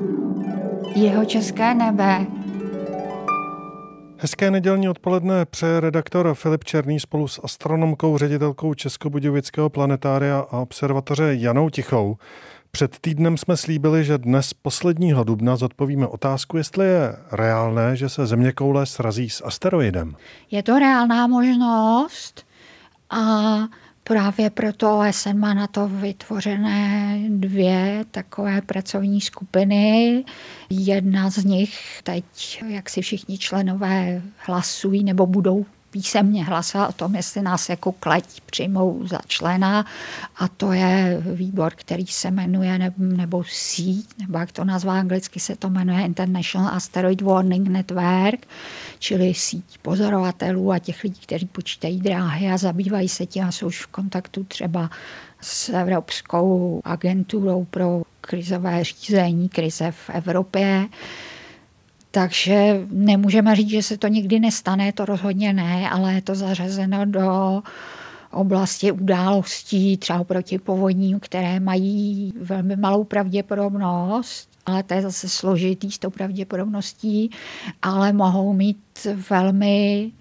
Jihočeské nebe. Hezké nedělní odpoledne přeje redaktor Filip Černý spolu s astronomkou, ředitelkou Českobudějovického planetária a observatoře Janou Tichou. Před týdnem jsme slíbili, že dnes posledního dubna zodpovíme otázku, jestli je reálné, že se zeměkoule srazí s asteroidem. Je to reálná možnost a právě proto OSN má na to vytvořené 2 takové pracovní skupiny. Jedna z nich teď, jak si všichni členové hlasují nebo budou písemně hlasovat o tom, jestli nás jako kleť přijmou za člena, a to je výbor, který se jmenuje, nebo síť, nebo jak to nazvá anglicky, se to jmenuje International Asteroid Warning Network, čili síť pozorovatelů a těch lidí, kteří počítají dráhy a zabývají se tím a jsou už v kontaktu třeba s Evropskou agenturou pro krizové řízení, krize v Evropě. Takže nemůžeme říct, že se to nikdy nestane, to rozhodně ne, ale je to zařazeno do oblasti událostí, třeba proti povodním, které mají velmi malou pravděpodobnost, ale to je zase složitý s tou pravděpodobností, ale mohou mít velmi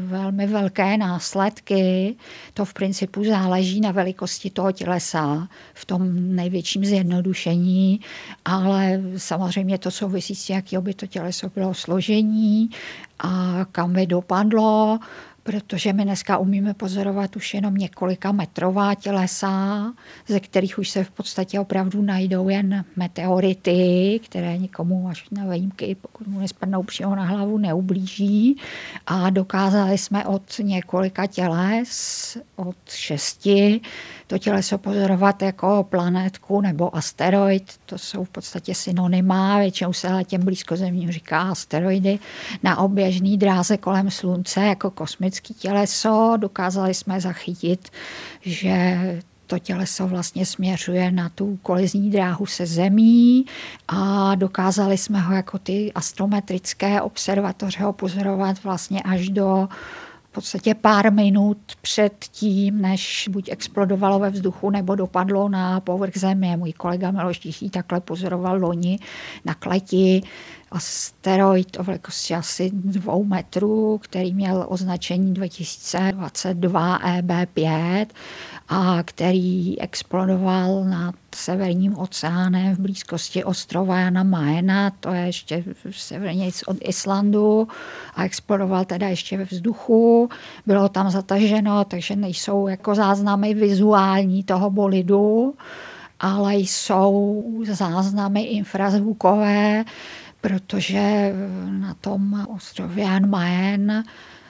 velké následky. To v principu záleží na velikosti toho tělesa v tom největším zjednodušení, ale samozřejmě to souvisí s tím, jakého by to těleso bylo složení a kam by dopadlo, protože my dneska umíme pozorovat už jenom několika metrová tělesa, ze kterých už se v podstatě opravdu najdou jen meteority, které nikomu až na výjimky, pokud mu nespadnou přímo na hlavu, neublíží. A dokázali jsme od několika těles, od 6, to těleso pozorovat jako planetku nebo asteroid. To jsou v podstatě synonyma, většinou se ale těm blízkozemním říká asteroidy, na oběžné dráze kolem Slunce jako kosmické těleso. Dokázali jsme zachytit, že to těleso vlastně směřuje na tu kolizní dráhu se Zemí a dokázali jsme ho jako ty astrometrické observatoře pozorovat vlastně až do v podstatě pár minut před tím, než buď explodovalo ve vzduchu nebo dopadlo na povrch Země. Můj kolega Miloš Tichý takhle pozoroval loni na Kleti asteroid o velikosti asi 2 metrů, který měl označení 2022 EB5 a který explodoval nad Severním oceánem v blízkosti ostrova Jana Maena, to je ještě severně od Islandu, a explodoval teda ještě ve vzduchu. Bylo tam zataženo, takže nejsou jako záznamy vizuální toho bolidu, ale jsou záznamy infrazvukové, protože na tom ostrově Jan Mayen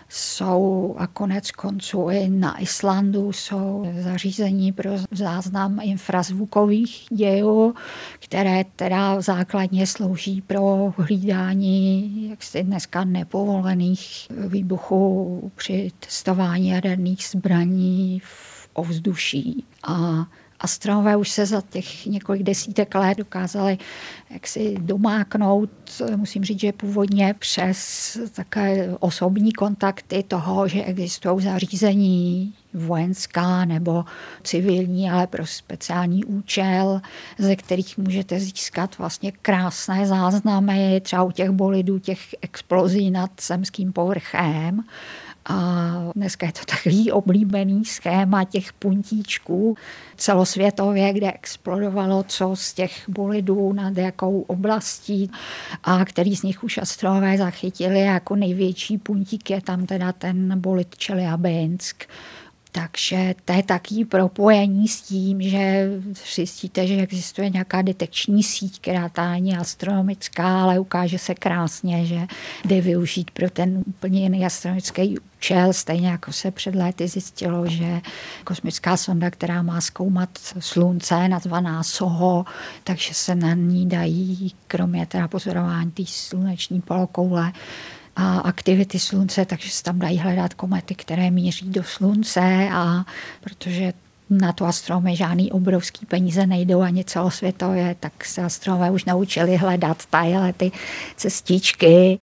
jsou a konec konců i na Islandu jsou zařízení pro záznam infrazvukových dějů, které teda základně slouží pro hlídání jaksi dneska nepovolených výbuchů při testování jaderných zbraní v ovzduší. A astronomové už se za těch několik desítek let dokázali jaksi domáknout, musím říct, že původně přes také osobní kontakty toho, že existují zařízení vojenská nebo civilní, ale pro speciální účel, ze kterých můžete získat vlastně krásné záznamy, třeba u těch bolidů, těch explozí nad zemským povrchem. A dneska je to takový oblíbený schéma těch puntíčků celosvětově, kde explodovalo co z těch bolidů nad jakou oblastí a který z nich už astronomové zachytili jako největší puntík je tam teda ten bolid Čeliabinsk. Takže to je taky propojení s tím, že zjistíte, že existuje nějaká detekční síť, která ta není astronomická, ale ukáže se krásně, že jde využít pro ten úplně jiný astronomický účel. Stejně jako se před léty zjistilo, že kosmická sonda, která má zkoumat Slunce, nazvaná SOHO, takže se na ní dají, kromě teda pozorování té sluneční polokoule, a aktivity Slunce, takže se tam dají hledat komety, které míří do Slunce, a protože na to astronomové žádný obrovský peníze nejdou ani celosvětově, tak se astronomové už naučili hledat ty cestičky.